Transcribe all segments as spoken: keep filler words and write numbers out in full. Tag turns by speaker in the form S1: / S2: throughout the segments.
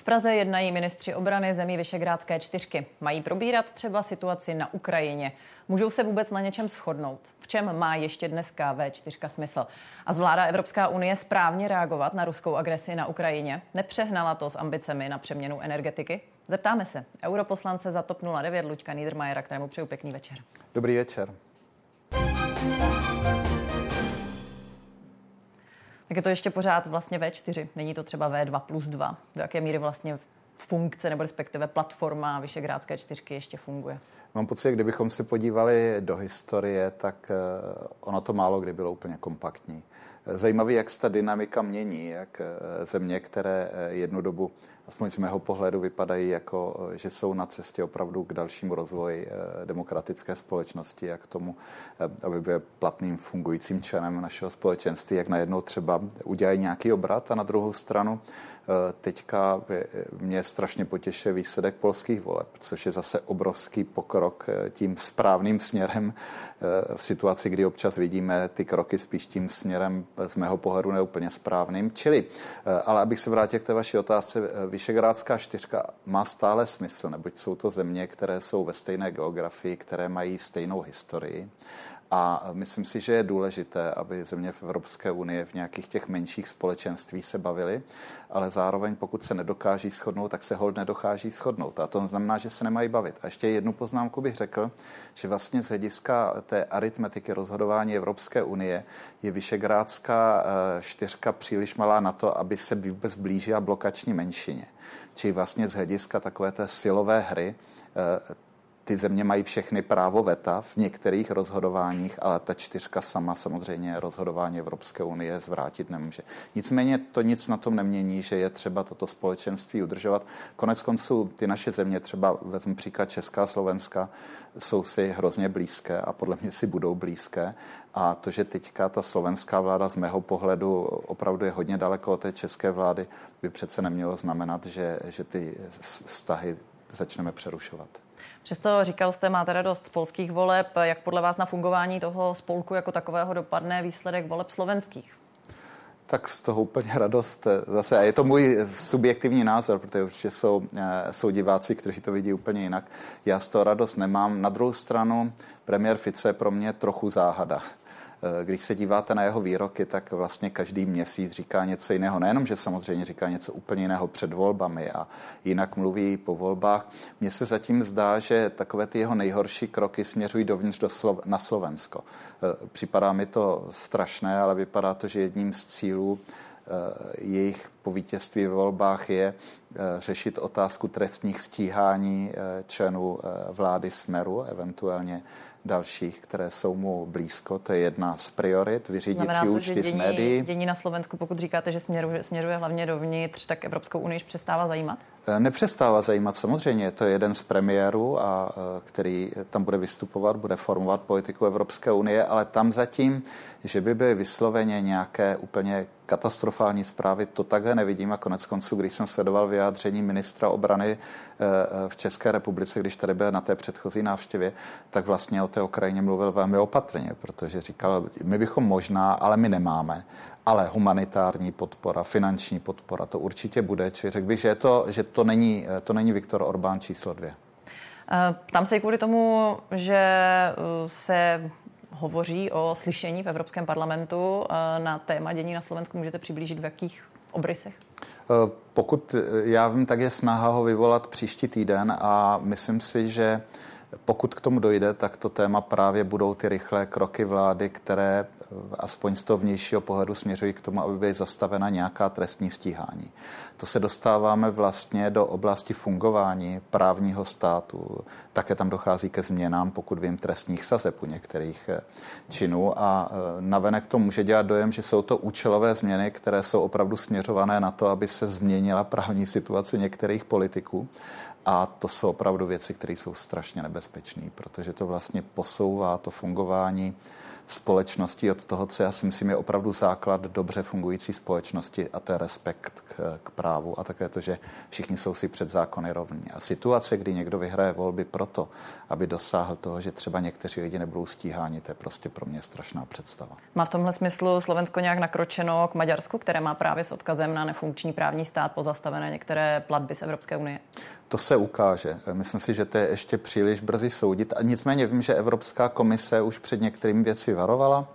S1: V Praze jednají ministři obrany zemí Visegrádské čtyřky. Mají probírat třeba situaci na Ukrajině. Můžou se vůbec na něčem shodnout? V čem má ještě dneska vé čtyři smysl? A zvládá Evropská unie správně reagovat na ruskou agresi na Ukrajině? Nepřehnala to s ambicemi na přeměnu energetiky? Zeptáme se europoslance za TOP nula devět Luďka Niedermayera, kterému přeju pěkný večer.
S2: Dobrý večer.
S1: Tak je to ještě pořád vlastně vé čtyři, není to třeba vé dva plus dva. Do jaké míry vlastně funkce nebo respektive platforma Visegrádské čtyřky ještě funguje?
S2: Mám pocit, že kdybychom se podívali do historie, tak ono to málo kdy bylo úplně kompaktní. Zajímavý, jak se ta dynamika mění, jak země, které jednu dobu, aspoň z mého pohledu, vypadají jako, že jsou na cestě opravdu k dalšímu rozvoji demokratické společnosti a k tomu, aby byl platným fungujícím členem našeho společenství, jak najednou třeba udělají nějaký obrat. A na druhou stranu teďka mě strašně potěšuje výsledek polských voleb, což je zase obrovský pokrok tím správným směrem v situaci, kdy občas vidíme ty kroky spíš tím směrem z mého pohledu neúplně správným. Čili, ale abych se vrátil k té vaší otázce, Visegrádská čtyřka má stále smysl, neboť jsou to země, které jsou ve stejné geografii, které mají stejnou historii. A myslím si, že je důležité, aby země v Evropské unii v nějakých těch menších společenstvích se bavily, ale zároveň pokud se nedokáží shodnout, tak se hold nedokáží shodnout. A to znamená, že se nemají bavit. A ještě jednu poznámku bych řekl, že vlastně z hlediska té aritmetiky rozhodování Evropské unie je Visegrádská čtyřka příliš malá na to, aby se vůbec blížila blokační menšině. Čili vlastně z hlediska takové té silové hry ty země mají všechny právo veta v některých rozhodováních, ale ta čtyřka sama samozřejmě rozhodování Evropské unie zvrátit nemůže. Nicméně to nic na tom nemění, že je třeba toto společenství udržovat. Konec konců ty naše země, třeba vezmu příklad Česká a Slovenska, jsou si hrozně blízké a podle mě si budou blízké. A to, že teďka ta slovenská vláda z mého pohledu opravdu je hodně daleko od té české vlády, by přece nemělo znamenat, že, že ty vztahy začneme přerušovat.
S1: Přesto říkal jste, máte radost z polských voleb. Jak podle vás na fungování toho spolku jako takového dopadne výsledek voleb slovenských?
S2: Tak z toho úplně radost zase. A je to můj subjektivní názor, protože určitě jsou, jsou diváci, kteří to vidí úplně jinak. Já z toho radost nemám. Na druhou stranu premiér Fico je pro mě trochu záhada. Když se díváte na jeho výroky, tak vlastně každý měsíc říká něco jiného. Nejenom, že samozřejmě říká něco úplně jiného před volbami a jinak mluví po volbách. Mně se zatím zdá, že takové ty jeho nejhorší kroky směřují dovnitř do Slo- na Slovensko. Připadá mi to strašné, ale vypadá to, že jedním z cílů jejich po vítězství ve volbách je řešit otázku trestních stíhání členů vlády Smeru, eventuálně dalších, které jsou mu blízko. To je jedna z priorit, vyřídit si účty z médií.
S1: Dění na Slovensku, pokud říkáte, že směruje, směruje hlavně dovnitř, tak Evropskou unii přestává zajímat?
S2: Nepřestává zajímat, samozřejmě. To je jeden z premiérů, a který tam bude vystupovat, bude formovat politiku Evropské unie, ale tam zatím, že by byly vysloveně nějaké úplně katastrofální zprávy, to takhle nevidím. A konec konců, když jsem sledoval vyjádření ministra obrany v České republice, když tady byl na té předchozí návštěvě, tak vlastně o té Ukrajině mluvil velmi opatrně, protože říkal, my bychom možná, ale my nemáme. Ale humanitární podpora, finanční podpora, to určitě bude. Či řekl bych, že, je to, že to, není, to není Viktor Orbán číslo dvě.
S1: Ptám se i kvůli tomu, že se hovoří o slyšení v Evropském parlamentu na téma dění na Slovensku. Můžete přiblížit v jakých obrysech?
S2: Pokud já vím, tak je snaha ho vyvolat příští týden a myslím si, že pokud k tomu dojde, tak to téma právě budou ty rychlé kroky vlády, které aspoň z toho vnějšího pohledu směřují k tomu, aby byly zastavena nějaká trestní stíhání. To se dostáváme vlastně do oblasti fungování právního státu. Také tam dochází ke změnám, pokud vím, trestních sazeb u některých činů a navenek to může dělat dojem, že jsou to účelové změny, které jsou opravdu směřované na to, aby se změnila právní situace některých politiků. A to jsou opravdu věci, které jsou strašně nebezpečné, protože to vlastně posouvá to fungování společností, od toho, co já si myslím je opravdu základ dobře fungující společnosti, a to je respekt k, k právu a také to, že všichni jsou si před zákony rovní. A situace, kdy někdo vyhraje volby proto, aby dosáhl toho, že třeba někteří lidi nebudou stíháni, to je prostě pro mě strašná představa.
S1: Má v tomhle smyslu Slovensko nějak nakročeno k Maďarsku, které má právě s odkazem na nefunkční právní stát pozastavené některé platby z Evropské unie?
S2: To se ukáže. Myslím si, že to je ještě příliš brzy soudit. A nicméně vím, že Evropská komise už před některými věci varovala,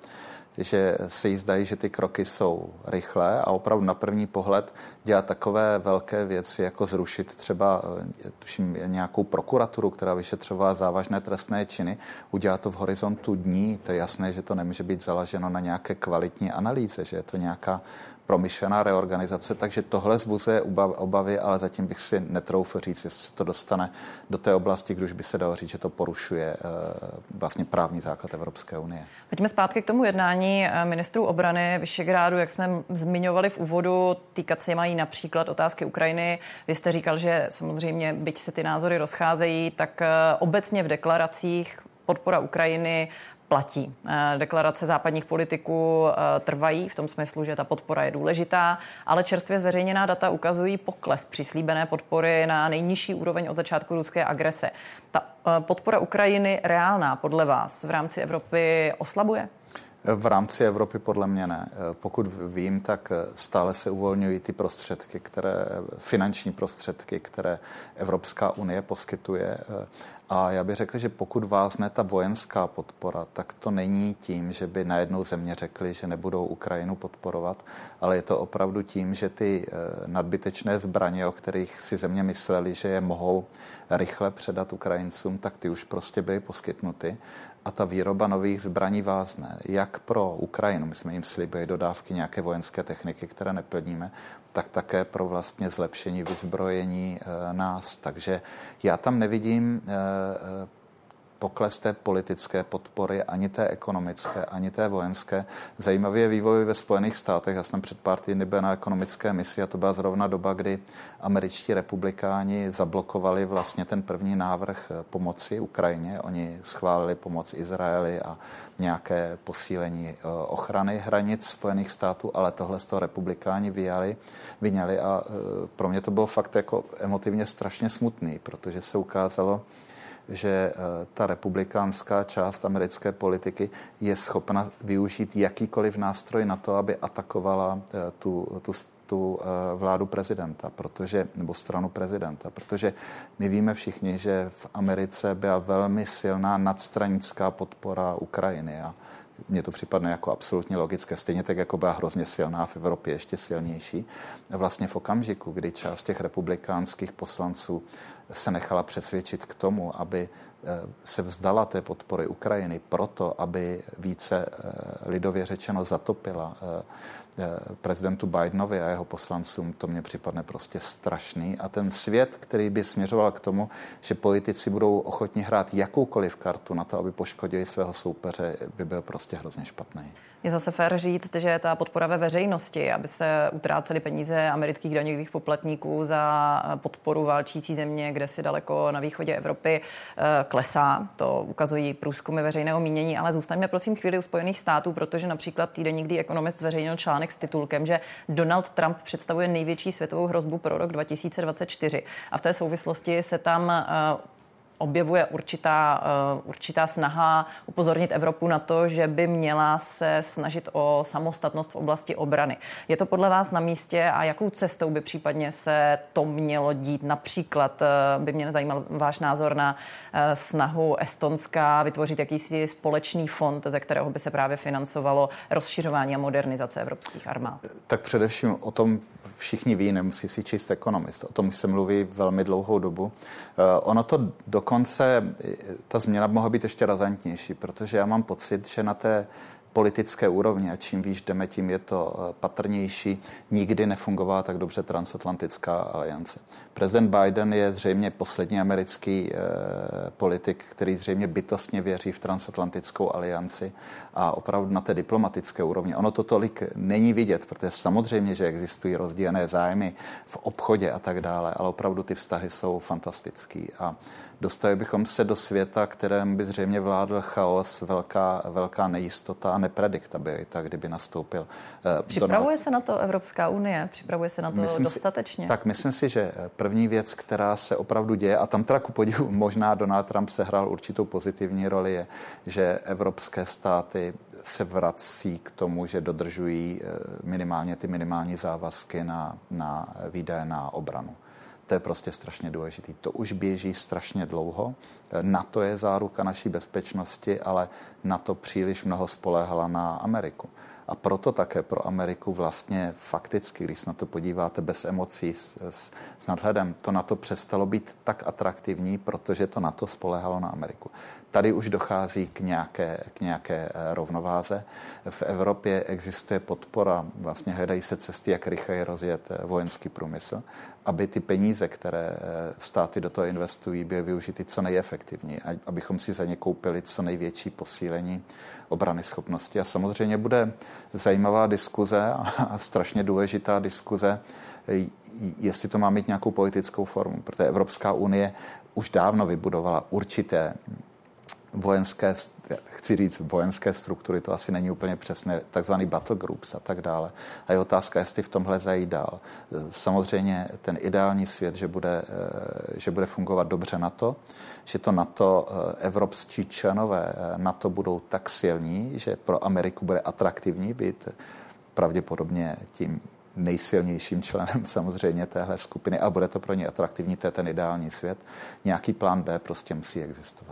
S2: že se jí zdají, že ty kroky jsou rychlé a opravdu na první pohled dělat takové velké věci, jako zrušit třeba tuším, nějakou prokuraturu, která vyšetřovala závažné trestné činy, udělat to v horizontu dní. To je jasné, že to nemůže být založeno na nějaké kvalitní analýze, že je to nějaká promyšlená reorganizace, takže tohle vzbuzuje obavy, ale zatím bych si netroufl říct, jestli se to dostane do té oblasti, když by se dalo říct, že to porušuje vlastně právní základ Evropské unie.
S1: Pojďme zpátky k tomu jednání ministrů obrany Visegrádu, jak jsme zmiňovali v úvodu, týkat se mají například otázky Ukrajiny. Vy jste říkal, že samozřejmě, byť se ty názory rozcházejí, tak obecně v deklaracích podpora Ukrajiny platí. Deklarace západních politiků trvají v tom smyslu, že ta podpora je důležitá, ale čerstvě zveřejněná data ukazují pokles přislíbené podpory na nejnižší úroveň od začátku ruské agrese. Ta podpora Ukrajiny reálná podle vás v rámci Evropy oslabuje?
S2: V rámci Evropy podle mě ne. Pokud vím, tak stále se uvolňují ty prostředky, které, finanční prostředky, které Evropská unie poskytuje. A já bych řekl, že pokud vázne ta vojenská podpora, tak to není tím, že by najednou země řekli, že nebudou Ukrajinu podporovat, ale je to opravdu tím, že ty nadbytečné zbraně, o kterých si země mysleli, že je mohou rychle předat Ukrajincům, tak ty už prostě byly poskytnuty. A ta výroba nových zbraní vázne. Jak pro Ukrajinu, my jsme jim slibili dodávky nějaké vojenské techniky, které neplníme, tak také pro vlastně zlepšení vyzbrojení e, nás. Takže já tam nevidím e, pokles té politické podpory, ani té ekonomické, ani té vojenské. Zajímavý je vývoj ve Spojených státech. Já jsem před pár týdny byl na ekonomické misi a to byla zrovna doba, kdy američtí republikáni zablokovali vlastně ten první návrh pomoci Ukrajině. Oni schválili pomoc Izraeli a nějaké posílení ochrany hranic Spojených států, ale tohle z toho republikáni vyjali, vyňali a pro mě to bylo fakt jako emotivně strašně smutný, protože se ukázalo, že ta republikánská část americké politiky je schopna využít jakýkoliv nástroj na to, aby atakovala tu, tu, tu vládu prezidenta, protože, nebo stranu prezidenta, protože my víme všichni, že v Americe byla velmi silná nadstranická podpora Ukrajiny a mně to připadne jako absolutně logické, stejně tak, jako byla hrozně silná v Evropě, ještě silnější. Vlastně v okamžiku, kdy část těch republikánských poslanců se nechala přesvědčit k tomu, aby se vzdala té podpory Ukrajiny proto, aby více lidově řečeno zatopila prezidentu Bidenovi a jeho poslancům, to mně připadne prostě strašný. A ten svět, který by směřoval k tomu, že politici budou ochotni hrát jakoukoliv kartu na to, aby poškodili svého soupeře, by byl prostě hrozně špatný.
S1: Je zase fér říct, že ta podpora ve veřejnosti, aby se utrácely peníze amerických daňových poplatníků za podporu válčící země, kde si daleko na východě Evropy klesá. To ukazují průzkumy veřejného mínění, ale zůstaňme prosím chvíli u Spojených států, protože například týdeník The Economist zveřejnil článek s titulkem, že Donald Trump představuje největší světovou hrozbu pro rok dva tisíce dvacet čtyři. A v té souvislosti se tam objevuje určitá, uh, určitá snaha upozornit Evropu na to, že by měla se snažit o samostatnost v oblasti obrany. Je to podle vás na místě a jakou cestou by případně se to mělo dít? Například uh, by mě zajímal váš názor na uh, snahu Estonska vytvořit jakýsi společný fond, ze kterého by se právě financovalo rozšiřování a modernizace evropských armád.
S2: Tak především o tom všichni ví, nemusí si číst Economist. O tom se mluví velmi dlouhou dobu. Uh, ono to dokonce, ta změna mohla být ještě razantnější, protože já mám pocit, že na té politické úrovni a čím výš jdeme, tím je to patrnější. Nikdy nefungovala tak dobře transatlantická aliance. Prezident Biden je zřejmě poslední americký eh, politik, který zřejmě bytostně věří v transatlantickou alianci a opravdu na té diplomatické úrovni. Ono to tolik není vidět, protože samozřejmě, že existují rozdílné zájmy v obchodě a tak dále, ale opravdu ty vztahy jsou fantastický a dostali bychom se do světa, kterém by zřejmě vládl chaos, velká, velká nejistota a neprediktabilita, kdyby nastoupil.
S1: Připravuje
S2: Donald...
S1: se na to Evropská unie? Připravuje se na to
S2: myslím
S1: dostatečně?
S2: Si, tak myslím si, že první věc, která se opravdu děje, a tam teda ku podivu možná Donald Trump sehrál určitou pozitivní roli, je, že evropské státy se vrací k tomu, že dodržují minimálně ty minimální závazky na, na výdaje na obranu. To je prostě strašně důležitý. To už běží strašně dlouho. NATO je záruka naší bezpečnosti, ale NATO příliš mnoho spoléhala na Ameriku. A proto také pro Ameriku vlastně fakticky, když se na to podíváte bez emocí, s, s, s nadhledem, to NATO přestalo být tak atraktivní, protože to NATO spoléhalo na Ameriku. Tady už dochází k nějaké, k nějaké rovnováze. V Evropě existuje podpora, vlastně hledají se cesty, jak rychleji rozjet vojenský průmysl, aby ty peníze, které státy do toho investují, byly využity co nejefektivněji, abychom si za ně koupili co největší posílení obrany schopnosti. A samozřejmě bude zajímavá diskuze a strašně důležitá diskuze, jestli to má mít nějakou politickou formu, protože Evropská unie už dávno vybudovala určité vojenské, chci říct vojenské struktury, to asi není úplně přesné, takzvaný battle groups a tak dále. A je otázka, jestli v tomhle zajít dál. Samozřejmě ten ideální svět, že bude, že bude fungovat dobře NATO, že to NATO, evropští členové NATO budou tak silní, že pro Ameriku bude atraktivní být pravděpodobně tím nejsilnějším členem samozřejmě téhle skupiny a bude to pro ně atraktivní, to je ten ideální svět. Nějaký plán B prostě musí existovat.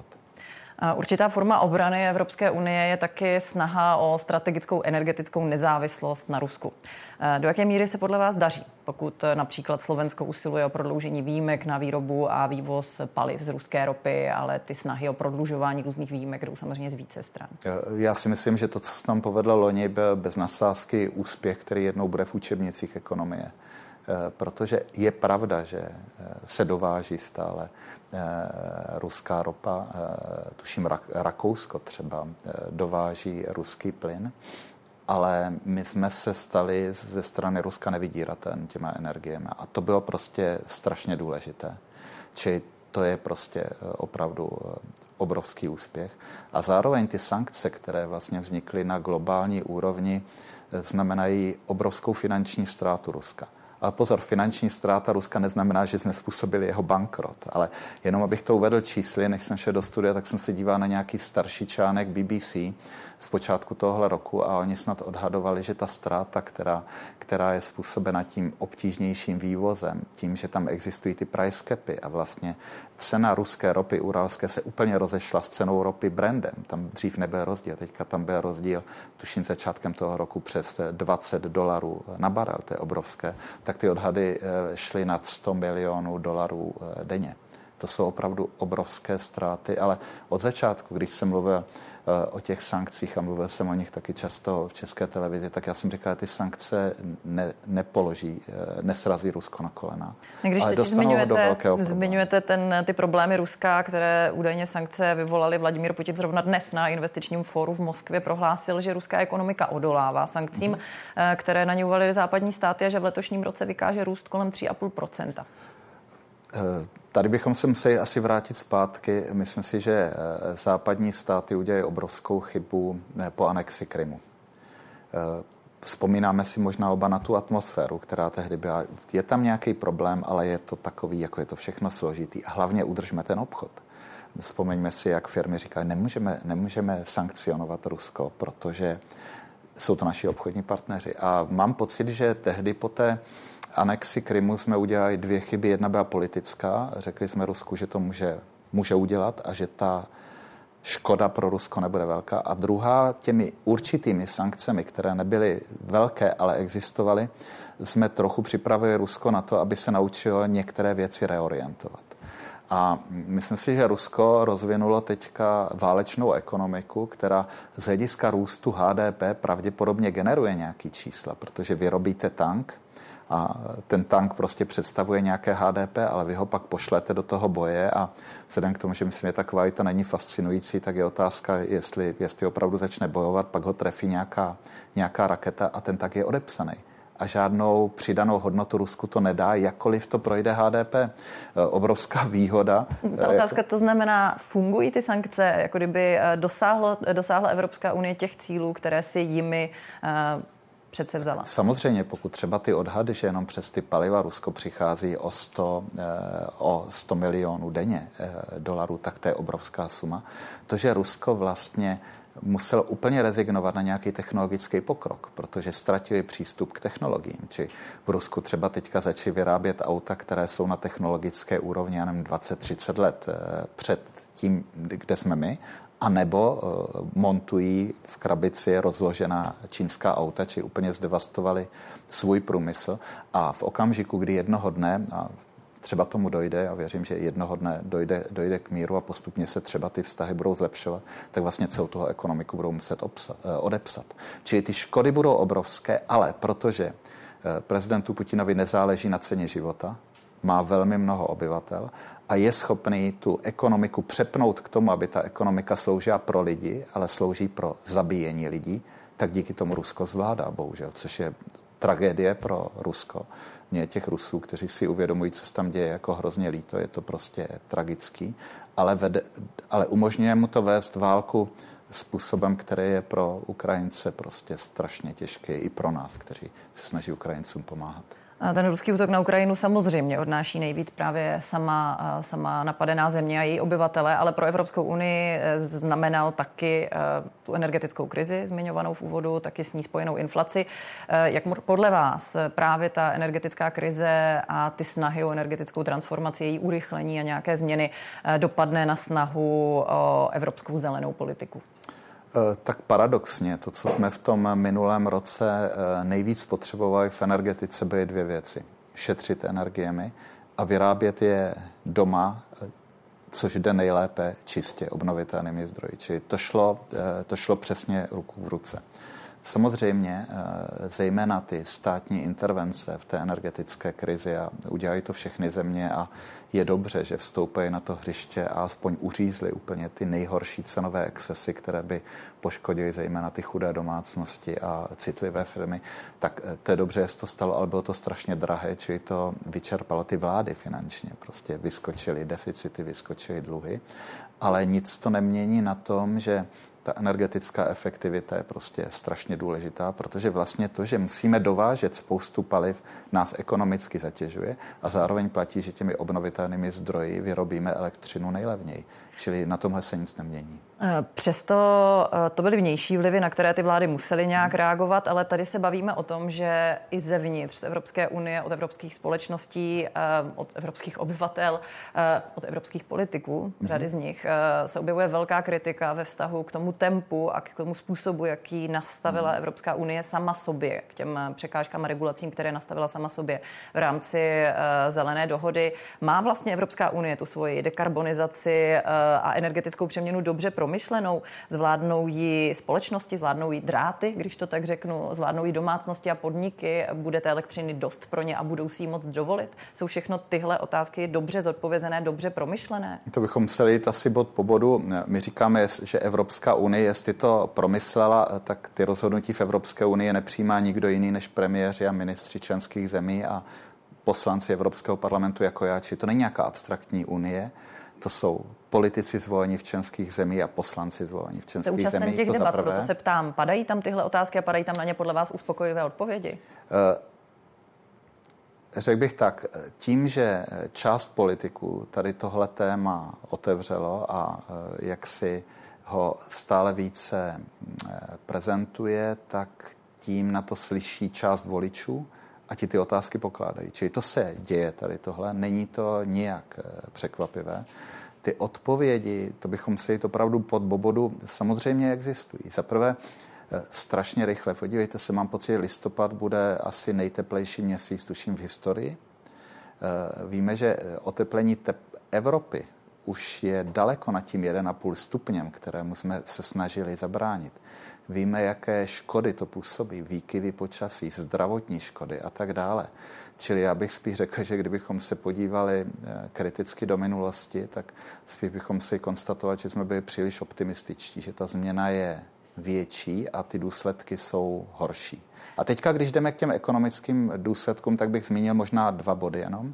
S1: Určitá forma obrany Evropské unie je taky snaha o strategickou energetickou nezávislost na Rusku. Do jaké míry se podle vás daří, pokud například Slovensko usiluje o prodloužení výjimek na výrobu a vývoz paliv z ruské ropy, ale ty snahy o prodlužování různých výjimek jdou samozřejmě z více stran?
S2: Já si myslím, že to, co se nám povedlo loni, byl bez nasázky úspěch, který jednou bude v učebnicích ekonomie. Protože je pravda, že se dováží stále ruská ropa, tuším Rakousko třeba dováží ruský plyn, ale my jsme se stali ze strany Ruska nevydíratelní těma energiemi a to bylo prostě strašně důležité. Čili to je prostě opravdu obrovský úspěch. A zároveň ty sankce, které vlastně vznikly na globální úrovni, znamenají obrovskou finanční ztrátu Ruska. Ale pozor, finanční ztráta Ruska neznamená, že jsme způsobili jeho bankrot, ale jenom abych to uvedl čísly, než jsem šel do studia, tak jsem se díval na nějaký starší článek B B C z počátku tohle roku a oni snad odhadovali, že ta ztráta, která, která je způsobena tím obtížnějším vývozem, tím, že tam existují ty price capy a vlastně cena ruské ropy uralské se úplně rozešla s cenou ropy Brandem. Tam dřív nebyl rozdíl, teďka tam byl rozdíl, tuším začátkem toho roku přes dvacet dolarů na barel, to je obrovské, tak ty odhady šly nad sto milionů dolarů denně. To jsou opravdu obrovské ztráty, ale od začátku, když jsem mluvil o těch sankcích a mluvil jsem o nich taky často v české televizi, tak já jsem říkal, že ty sankce ne, nepoloží, nesrazí Rusko na kolena.
S1: Když
S2: ale
S1: teď zmiňujete, zmiňujete ten, ty problémy Ruska, které údajně sankce vyvolaly, Vladimír Putin zrovna dnes na investičním fóru v Moskvě prohlásil, že ruská ekonomika odolává sankcím, mm-hmm. které na ně uvalily západní státy a že v letošním roce vykáže růst kolem tři celá pět procenta.
S2: Tady bychom se museli asi vrátit zpátky. Myslím si, že západní státy udělají obrovskou chybu po anexi Krymu. Vzpomínáme si možná oba na tu atmosféru, která tehdy byla. Je tam nějaký problém, ale je to takový, jako je to všechno složitý. A hlavně udržme ten obchod. Vzpomeňme si, jak firmy říkají, nemůžeme, nemůžeme sankcionovat Rusko, protože jsou to naši obchodní partneři. A mám pocit, že tehdy po té anexi Krymu jsme udělali dvě chyby. Jedna byla politická. Řekli jsme Rusku, že to může, může udělat a že ta škoda pro Rusko nebude velká. A druhá, těmi určitými sankcemi, které nebyly velké, ale existovaly, jsme trochu připravili Rusko na to, aby se naučilo některé věci reorientovat. A myslím si, že Rusko rozvinulo teďka válečnou ekonomiku, která z hlediska růstu H D P pravděpodobně generuje nějaký čísla, protože vyrobíte tank a ten tank prostě představuje nějaké H D P, ale vy ho pak pošlete do toho boje a vzhledem k tomu, že myslím, že ta kvalita není fascinující, tak je otázka, jestli, jestli opravdu začne bojovat, pak ho trefí nějaká, nějaká raketa a ten tak je odepsaný. A žádnou přidanou hodnotu Rusku to nedá, jakkoliv to projde H D P. Obrovská výhoda.
S1: Ta otázka, to znamená, fungují ty sankce, jako kdyby dosáhlo, dosáhla Evropská unie těch cílů, které si jimi uh, přece vzala?
S2: Samozřejmě, pokud třeba ty odhady, že jenom přes ty paliva Rusko přichází o sto, o sto milionů denně dolarů, tak to je obrovská suma. To, že Rusko vlastně muselo úplně rezignovat na nějaký technologický pokrok, protože ztratili přístup k technologiím. Či v Rusku třeba teďka začali vyrábět auta, které jsou na technologické úrovni, já nevím, dvacet třicet let před tím, kde jsme my, a nebo uh, montují v krabici rozložená čínská auta, či úplně zdevastovali svůj průmysl. A v okamžiku, kdy jednoho dne, a třeba tomu dojde, a věřím, že jednoho dne dojde, dojde k míru a postupně se třeba ty vztahy budou zlepšovat, tak vlastně celou toho ekonomiku budou muset obsa, uh, odepsat. Čili ty škody budou obrovské, ale protože uh, prezidentu Putinovi nezáleží na ceně života, má velmi mnoho obyvatel a je schopný tu ekonomiku přepnout k tomu, aby ta ekonomika sloužila pro lidi, ale slouží pro zabíjení lidí, tak díky tomu Rusko zvládá, bohužel, což je tragédie pro Rusko. Mně těch Rusů, kteří si uvědomují, co se tam děje, jako hrozně líto, je to prostě tragický, ale, vede, ale umožňuje mu to vést válku způsobem, který je pro Ukrajince prostě strašně těžký, i pro nás, kteří se snaží Ukrajincům pomáhat.
S1: A ten ruský útok na Ukrajinu samozřejmě odnáší nejvíc právě sama, sama napadená země a její obyvatele, ale pro Evropskou unii znamenal taky tu energetickou krizi, zmiňovanou v úvodu, taky s ní spojenou inflaci. Jak podle vás právě ta energetická krize a ty snahy o energetickou transformaci, její urychlení a nějaké změny dopadne na snahu o evropskou zelenou politiku?
S2: Tak paradoxně, to, co jsme v tom minulém roce nejvíc potřebovali v energetice, byly dvě věci. Šetřit energiemi a vyrábět je doma, což jde nejlépe čistě obnovitelnými zdroji. Čili to šlo, to šlo přesně ruku v ruce. Samozřejmě, zejména ty státní intervence v té energetické krizi, a udělají to všechny země a je dobře, že vstoupí na to hřiště a aspoň uřízli úplně ty nejhorší cenové excesy, které by poškodily zejména ty chudé domácnosti a citlivé firmy. Tak to je dobře, že to stalo, ale bylo to strašně drahé, čili to vyčerpalo ty vlády finančně. Prostě vyskočily deficity, vyskočily dluhy, ale nic to nemění na tom, že ta energetická efektivita je prostě strašně důležitá, protože vlastně to, že musíme dovážet spoustu paliv, nás ekonomicky zatěžuje a zároveň platí, že těmi obnovitelnými zdroji vyrobíme elektřinu nejlevněji. Čili na tomhle se nic nemění.
S1: Přesto to byly vnější vlivy, na které ty vlády musely nějak reagovat, ale tady se bavíme o tom, že i zevnitř z Evropské unie, od evropských společností, od evropských obyvatel, od evropských politiků, řady z nich, se objevuje velká kritika ve vztahu k tomu tempu a k tomu způsobu, jaký nastavila Evropská unie sama sobě, k těm překážkám a regulacím, které nastavila sama sobě v rámci zelené dohody. Má vlastně Evropská unie tu svoji dekarbonizaci a energetickou přeměnu dobře promyšlenou? Zvládnou ji společnosti, zvládnou ji dráty, když to tak řeknu, zvládnou ji domácnosti a podniky, bude té elektřiny dost pro ně a budou si ji moc dovolit? Jsou všechno tyhle otázky dobře zodpovězené, dobře promyšlené?
S2: To bychom museli jít asi bod po bodu. My říkáme, že Evropská unie, jestli to promyslela, tak ty rozhodnutí v Evropské unii nepřijímá nikdo jiný než premiéři a ministři členských zemí a poslanci Evropského parlamentu jako já. Či to není nějaká abstraktní unie, to jsou politici zvolení v členských zemích a poslanci zvolení v členských zemích.
S1: Těch
S2: to
S1: debat,
S2: zaprvé.
S1: Proto se ptám, padají tam tyhle otázky a padají tam na ně podle vás uspokojivé odpovědi?
S2: Uh, řekl bych tak, tím, že část politiků tady tohle téma otevřelo a uh, jak si ho stále více uh, prezentuje, tak tím na to slyší část voličů a ti ty otázky pokládají. Čili to se děje tady tohle, není to nijak překvapivé. Ty odpovědi, to bychom si jít opravdu pod bobodu, samozřejmě existují. Za prvé, strašně rychle, podívejte se, mám pocit, že listopad bude asi nejteplejší měsíc, tuším, v historii. Víme, že oteplení tep- Evropy už je daleko nad tím jeden a půl stupněm, kterému jsme se snažili zabránit. Víme, jaké škody to působí, výkyvy počasí, zdravotní škody a tak dále. Čili já bych spíš řekl, že kdybychom se podívali kriticky do minulosti, tak spíš bychom si konstatovat, že jsme byli příliš optimističtí, že ta změna je větší a ty důsledky jsou horší. A teďka, když jdeme k těm ekonomickým důsledkům, tak bych zmínil možná dva body jenom.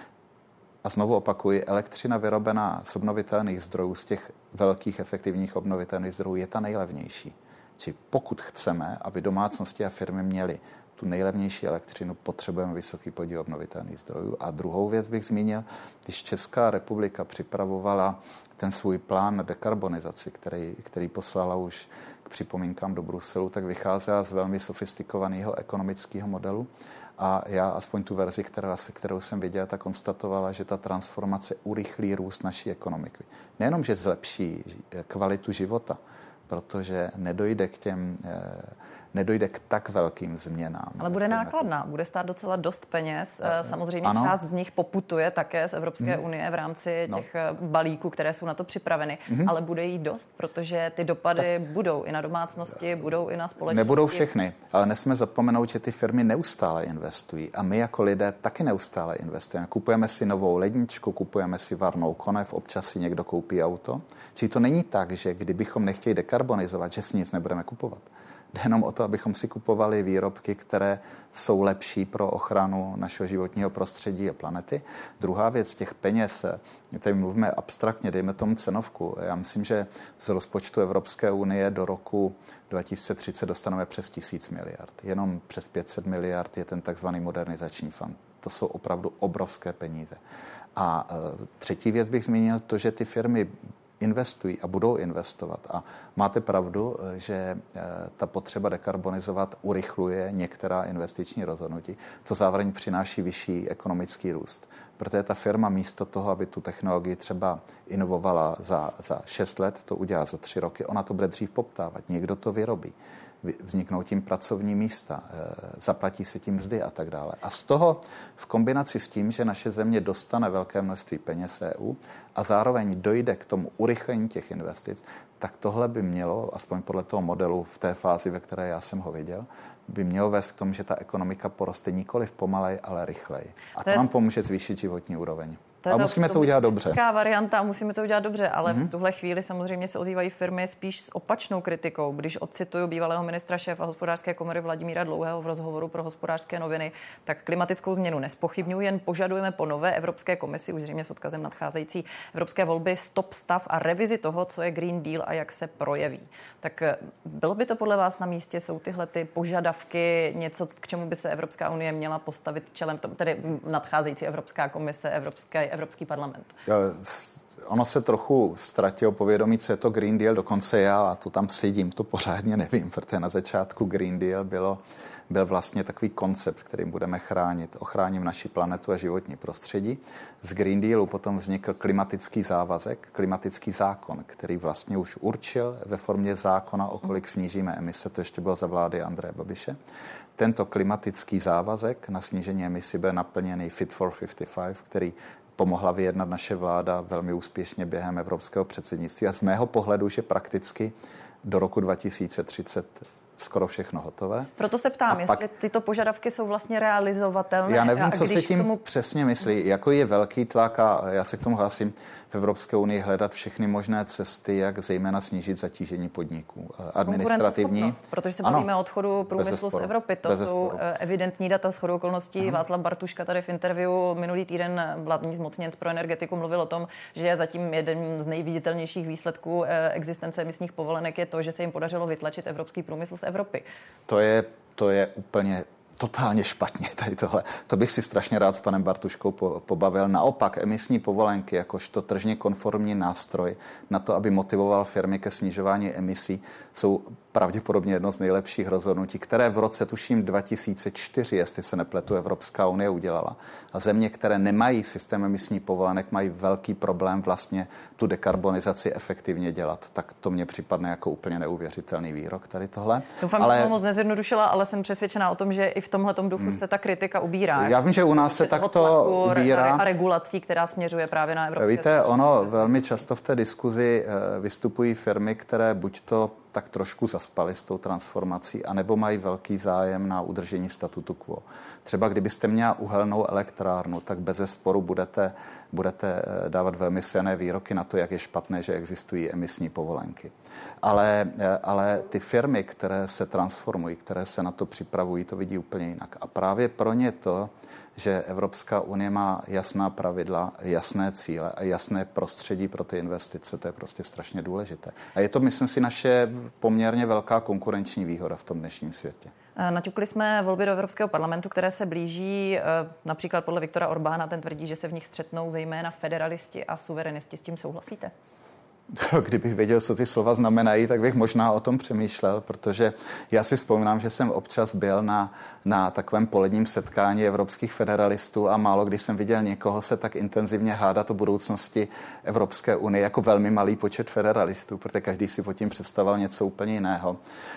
S2: A znovu opakuji, elektřina vyrobená z obnovitelných zdrojů, z těch velkých efektivních obnovitelných zdrojů, je ta nejlevnější. Či pokud chceme, aby domácnosti a firmy měly tu nejlevnější elektřinu, potřebujeme vysoký podíl obnovitelných zdrojů. A druhou věc bych zmínil, když Česká republika připravovala ten svůj plán na dekarbonizaci, který, který poslala už k připomínkám do Bruselu, tak vycházela z velmi sofistikovaného ekonomického modelu. A já aspoň tu verzi, která, kterou jsem viděl, tak konstatovala, že ta transformace urychlí růst naší ekonomiky. Nejenom, že zlepší kvalitu života, protože nedojde k těm, nedojde k tak velkým změnám.
S1: Ale bude nákladná, bude stát docela dost peněz. Samozřejmě
S2: ano.
S1: Část z nich poputuje také z Evropské hmm. unie v rámci těch no. balíků, které jsou na to připraveny, hmm. ale bude jí dost, protože ty dopady tak. budou i na domácnosti, budou i na společnosti.
S2: Nebudou všechny, ale nesmíme zapomenout, že ty firmy neustále investují a my jako lidé taky neustále investujeme. Kupujeme si novou ledničku, kupujeme si varnou konev, občas si někdo koupí auto. Čili to není tak, že kdybychom nechtěli dekarbonizovat, že si nic nebudeme kupovat. Jde jenom o to, abychom si kupovali výrobky, které jsou lepší pro ochranu našeho životního prostředí a planety. Druhá věc, těch peněz, tady mluvíme abstraktně, dejme tomu cenovku. Já myslím, že z rozpočtu Evropské unie do roku dva tisíce třicet dostaneme přes tisíc miliard. Jenom přes pět set miliard je ten takzvaný modernizační fond. To jsou opravdu obrovské peníze. A třetí věc bych zmínil to, že ty firmy investují a budou investovat. A máte pravdu, že ta potřeba dekarbonizovat urychluje některá investiční rozhodnutí, co zároveň přináší vyšší ekonomický růst. Protože ta firma místo toho, aby tu technologii třeba inovovala za, za šest let, to udělá za tři roky, ona to bude dřív poptávat, někdo to vyrobí. Vzniknou tím pracovní místa, zaplatí se tím mzdy a tak dále. A z toho v kombinaci s tím, že naše země dostane velké množství peněz E U a zároveň dojde k tomu urychlení těch investic, tak tohle by mělo, aspoň podle toho modelu v té fázi, ve které já jsem ho viděl, by mělo vést k tomu, že ta ekonomika poroste nikoliv pomalej, ale rychleji. A to, to nám pomůže zvýšit životní úroveň.
S1: To
S2: a musíme to, to udělat dobře. To je
S1: varianta, musíme to udělat dobře, ale mm-hmm. v tuhle chvíli samozřejmě se ozývají firmy spíš s opačnou kritikou. Když odcituju bývalého ministra šéfa hospodářské komory Vladimíra Dlouhého v rozhovoru pro Hospodářské noviny, tak klimatickou změnu nezpochybňuji, jen požadujeme po nové Evropské komisi, už zřejmě s odkazem nadcházející evropské volby, stop stav a revizi toho, co je Green Deal a jak se projeví. Tak bylo by to podle vás na místě, jsou tyhle ty požadavky něco, k čemu by se Evropská unie měla postavit čelem, tedy nadcházející Evropská komise, Evropské Evropský parlament?
S2: Ono se trochu ztratilo povědomí, co je to Green Deal, dokonce já, a tu tam sedím, to pořádně nevím, protože na začátku Green Deal bylo, byl vlastně takový koncept, kterým budeme chránit, ochráním naši planetu a životní prostředí. Z Green Dealu potom vznikl klimatický závazek, klimatický zákon, který vlastně už určil ve formě zákona, o kolik snížíme emise, to ještě bylo za vlády Andreje Babiše. Tento klimatický závazek na snížení emisí byl naplněný Fit for padesát pět, který pomohla vyjednat naše vláda velmi úspěšně během evropského předsednictví. A z mého pohledu už je prakticky do roku dva tisíce třicet skoro všechno hotové.
S1: Proto se ptám, a jestli pak tyto požadavky jsou vlastně realizovatelné.
S2: Já nevím, co se tím tomu... přesně myslí. Jako je velký tlak, a já se k tomu hlásím, v Evropské unii hledat všechny možné cesty, jak zejména snížit zatížení podniků. Administrativní.
S1: Protože se bavíme o odchodu průmyslu z Evropy. To jsou evidentní data shodou okolností. Aha. Václav Bartuška tady v interview minulý týden vládní zmocněnec pro energetiku mluvil o tom, že zatím jeden z nejviditelnějších výsledků existence emisních povolenek je to, že se jim podařilo vytlačit evropský průmysl z Evropy.
S2: To je, to je úplně totálně špatně tady tohle. To bych si strašně rád s panem Bartuškou po, pobavil. Naopak emisní povolenky jakožto tržně konformní nástroj na to, aby motivoval firmy ke snižování emisí, jsou pravděpodobně jedno z nejlepších rozhodnutí, které v roce, tuším, dva tisíce čtyři, jestli se nepletu, Evropská unie udělala. A země, které nemají systém emisní povolenek, mají velký problém vlastně tu dekarbonizaci efektivně dělat. Tak to mně připadne jako úplně neuvěřitelný výrok tady tohle.
S1: Doufám, ale... že jsem moc nezjednodušila, ale jsem přesvědčená o tom, že i v v tomhletom duchu se ta kritika ubírá.
S2: Já vím, že u nás se takto ubírá.
S1: A regulací, která směřuje právě na evropské.
S2: Víte, ono velmi často v té diskuzi vystupují firmy, které buď to tak trošku zaspaly s tou transformací, anebo mají velký zájem na udržení statutu quo. Třeba kdybyste měla uhelnou elektrárnu, tak bezesporu budete, budete dávat velmi silné výroky na to, jak je špatné, že existují emisní povolenky. Ale, ale ty firmy, které se transformují, které se na to připravují, to vidí úplně jinak. A právě pro ně to, že Evropská unie má jasná pravidla, jasné cíle a jasné prostředí pro ty investice, to je prostě strašně důležité. A je to, myslím si, naše poměrně velká konkurenční výhoda v tom dnešním světě.
S1: Naťukli jsme volby do Evropského parlamentu, které se blíží. Například podle Viktora Orbána, ten tvrdí, že se v nich střetnou zejména federalisti a suverenisti. S tím souhlasíte?
S2: Kdybych věděl, co ty slova znamenají, tak bych možná o tom přemýšlel, protože já si vzpomínám, že jsem občas byl na, na takovém poledním setkání evropských federalistů a málo kdy jsem viděl někoho se tak intenzivně hádat o budoucnosti Evropské unie jako velmi malý počet federalistů, protože každý si pod tím představoval něco úplně jiného.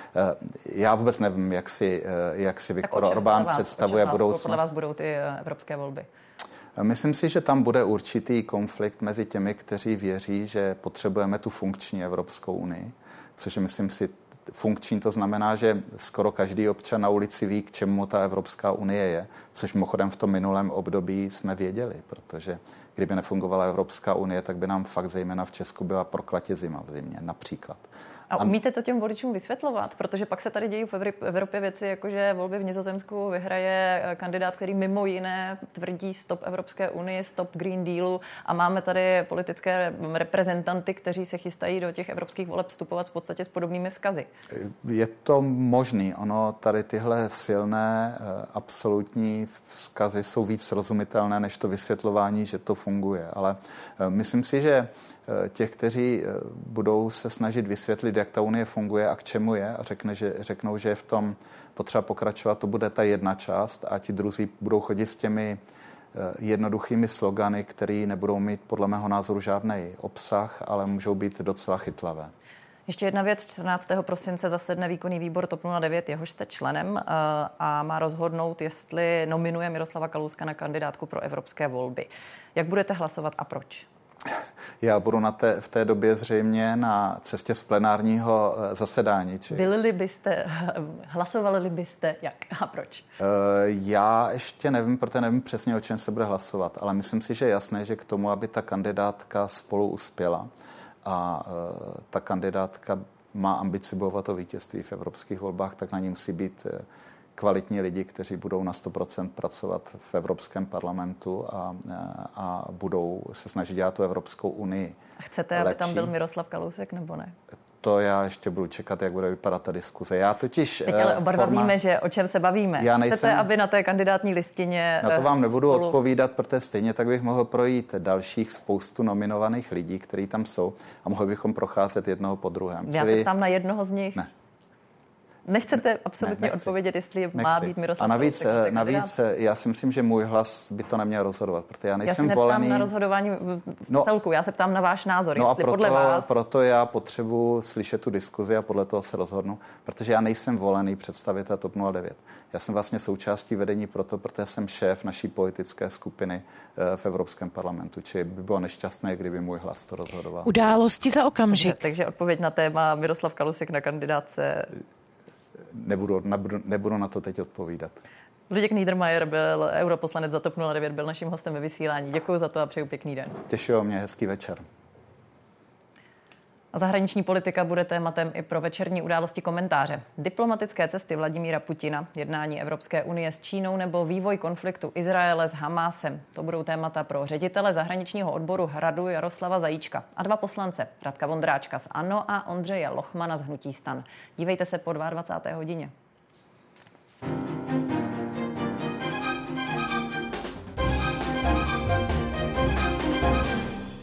S2: Já vůbec nevím, jak si, jak si Viktor Orbán vás, představuje budoucnost.
S1: Podle vás budou ty evropské volby?
S2: Myslím si, že tam bude určitý konflikt mezi těmi, kteří věří, že potřebujeme tu funkční Evropskou unii, což je, myslím si, funkční to znamená, že skoro každý občan na ulici ví, k čemu ta Evropská unie je, což mimochodem v tom minulém období jsme věděli, protože kdyby nefungovala Evropská unie, tak by nám fakt zejména v Česku byla proklatě zima v zimě, například.
S1: A umíte to těm voličům vysvětlovat? Protože pak se tady dějí v Evropě věci, jakože volby v Nizozemsku vyhraje kandidát, který mimo jiné tvrdí stop Evropské unii, stop Green Dealu a máme tady politické reprezentanty, kteří se chystají do těch evropských voleb vstupovat v podstatě s podobnými vzkazy.
S2: Je to možný. Ono tady tyhle silné absolutní vzkazy jsou víc srozumitelné než to vysvětlování, že to funguje. Ale myslím si, že těch, kteří budou se snažit vysvětlit, jak ta unie funguje a k čemu je a řekne, že, řeknou, že je v tom potřeba pokračovat, to bude ta jedna část a ti druzí budou chodit s těmi jednoduchými slogany, které nebudou mít podle mého názoru žádný obsah, ale můžou být docela chytlavé.
S1: Ještě jedna věc, čtrnáctého prosince zasedne výkonný výbor TOP nula devět, jehož jste členem a má rozhodnout, jestli nominuje Miroslava Kalouska na kandidátku pro evropské volby. Jak budete hlasovat a proč?
S2: Já budu na té, v té době zřejmě na cestě z plenárního zasedání. Či...
S1: Byli byste, hlasovali byste, jak a proč?
S2: Já ještě nevím, protože nevím přesně, o čem se bude hlasovat, ale myslím si, že je jasné, že k tomu, aby ta kandidátka spolu uspěla a ta kandidátka má ambici bojovat o vítězství v evropských volbách, tak na ní musí být kvalitní lidi, kteří budou na sto procent pracovat v Evropském parlamentu a, a budou se snažit dělat tu Evropskou unii.
S1: A chcete, lepší. Aby tam byl Miroslav Kalousek, nebo ne?
S2: To já ještě budu čekat, jak bude vypadat ta diskuze. Já totiž...
S1: Teď ale oba forma... víme, že o čem se bavíme. Já nejsem... Chcete, aby na té kandidátní listině...
S2: Na to vám nebudu
S1: spolu...
S2: odpovídat, protože stejně tak bych mohl projít dalších spoustu nominovaných lidí, kteří tam jsou a mohli bychom procházet jednoho po druhém.
S1: Já Čili... se ptám na jednoho z nich.
S2: Ne.
S1: Nechcete absolutně ne, odpovědět, jestli nechci. Má být Miroslav.
S2: A navíc, navíc já si myslím, že můj hlas by to neměl rozhodovat, protože já nejsem
S1: volený. Já se neptám na rozhodování v no, celku, já se ptám na váš názor,
S2: no
S1: jestli
S2: a proto,
S1: podle vás...
S2: proto já potřebuji slyšet tu diskuzi a podle toho se rozhodnu, protože já nejsem volený představitel TOP nula devět. Já jsem vlastně součástí vedení proto, protože jsem šéf naší politické skupiny v Evropském parlamentu, čili by bylo nešťastné, kdyby můj hlas to rozhodoval.
S3: Události za okamžik.
S1: Takže, takže odpověď na téma Miroslav Kalousek na kandidátce...
S2: Nebudu, nebudu, nebudu na to teď odpovídat.
S1: Luděk Niedermayer byl europoslanec za TOP nula devět, byl naším hostem ve vysílání. Děkuji za to a přeju pěkný den.
S2: Těšilo mě, hezký večer.
S1: A zahraniční politika bude tématem i pro večerní události komentáře. Diplomatické cesty Vladimíra Putina, jednání Evropské unie s Čínou nebo vývoj konfliktu Izraele s Hamásem. To budou témata pro ředitele zahraničního odboru Hradu Jaroslava Zajíčka a dva poslance, Radka Vondráčka z ANO a Ondřeje Lochmana z Hnutí STAN. Dívejte se po dvacáté druhé hodině.